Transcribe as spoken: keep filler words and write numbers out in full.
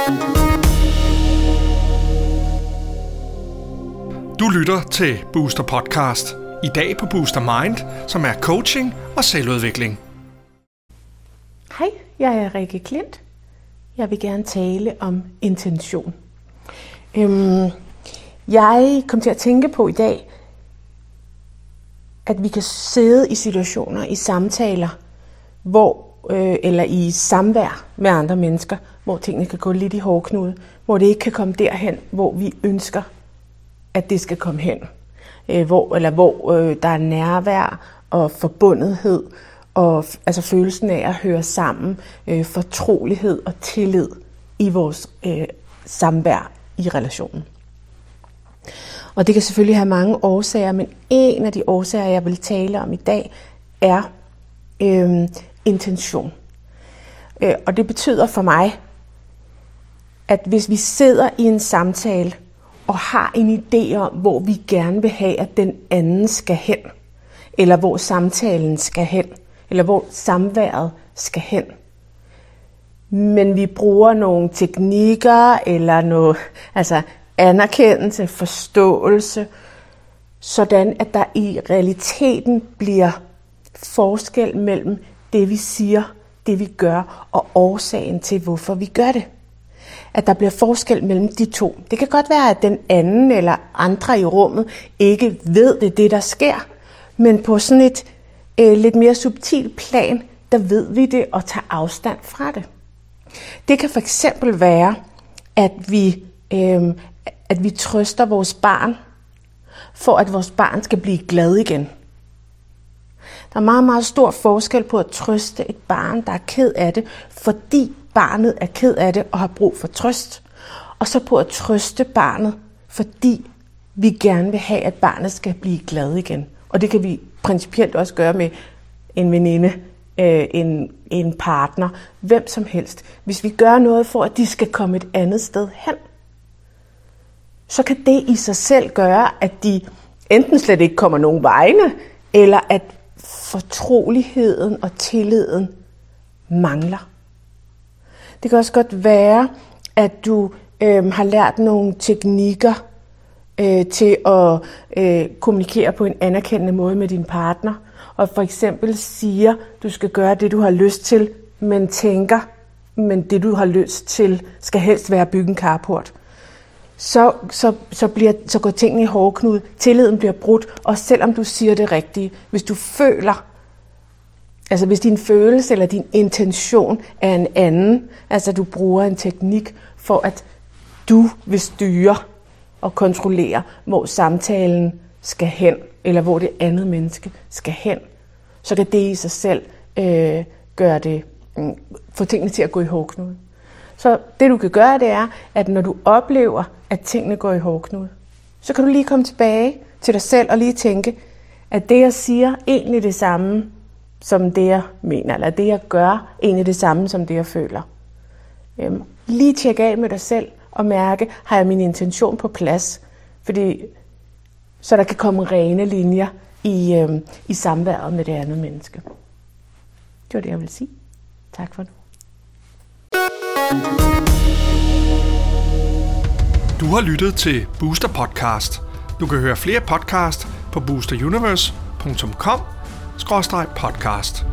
Du lytter til Booster Podcast. I dag på Booster Mind, som er coaching og selvudvikling. Hej, jeg er Rikke Klint. Jeg vil gerne tale om intention. Øhm, jeg kom til at tænke på i dag, at vi kan sidde i situationer, i samtaler, hvor, øh, eller i samvær med andre mennesker, hvor tingene kan gå lidt i hårdknude, hvor det ikke kan komme derhen, hvor vi ønsker, at det skal komme hen. Øh, hvor, eller hvor øh, der er nærvær og forbundethed, og altså følelsen af at høre sammen, øh, fortrolighed og tillid i vores øh, samvær i relationen. Og det kan selvfølgelig have mange årsager, men en af de årsager, jeg vil tale om i dag, er øh, intention. Øh, og det betyder for mig, at hvis vi sidder i en samtale og har en idé om, hvor vi gerne vil have, at den anden skal hen, eller hvor samtalen skal hen, eller hvor samværet skal hen, men vi bruger nogle teknikker eller noget, altså anerkendelse, forståelse, sådan at der i realiteten bliver forskel mellem det, vi siger, det vi gør, og årsagen til, hvorfor vi gør det. At der bliver forskel mellem de to. Det kan godt være, at den anden eller andre i rummet ikke ved det, det der sker, men på sådan et øh, lidt mere subtilt plan, der ved vi det og tager afstand fra det. Det kan for eksempel være, at vi, øh, at vi trøster vores barn, for at vores barn skal blive glad igen. Der er meget, meget stor forskel på at trøste et barn, der er ked af det, fordi barnet er ked af det og har brug for trøst, og så på at trøste barnet, fordi vi gerne vil have, at barnet skal blive glad igen. Og det kan vi principielt også gøre med en veninde, en, en partner, hvem som helst. Hvis vi gør noget for, at de skal komme et andet sted hen, så kan det i sig selv gøre, at de enten slet ikke kommer nogen vegne, eller at fortroligheden og tilliden mangler. Det kan også godt være, at du øh, har lært nogle teknikker øh, til at øh, kommunikere på en anerkendende måde med din partner, og for eksempel siger, du skal gøre det, du har lyst til, men tænker, men det, du har lyst til, skal helst være at bygge en carport. Så, så, så, bliver, så går tingene i hårdknude, tilliden bliver brudt, og selvom du siger det rigtige, hvis du føler, altså hvis din følelse eller din intention er en anden, altså du bruger en teknik for, at du vil styre og kontrollere, hvor samtalen skal hen, eller hvor det andet menneske skal hen, så kan det i sig selv øh, gøre det, øh, få tingene til at gå i hårdknude. Så det du kan gøre, det er, at når du oplever, at tingene går i hårdknude, så kan du lige komme tilbage til dig selv og lige tænke, at det jeg siger egentlig det samme, som det jeg mener, eller det jeg gør egentlig det samme, som det jeg føler. Øhm, lige tjekke af med dig selv og mærke, har jeg min intention på plads, fordi så der kan komme rene linjer i, øhm, i samværet med det andet menneske. Det var det, jeg ville sige. Tak for nu. Du har lyttet til Booster Podcast. Du kan høre flere podcast på booster universe punktum com skråstreg podcast.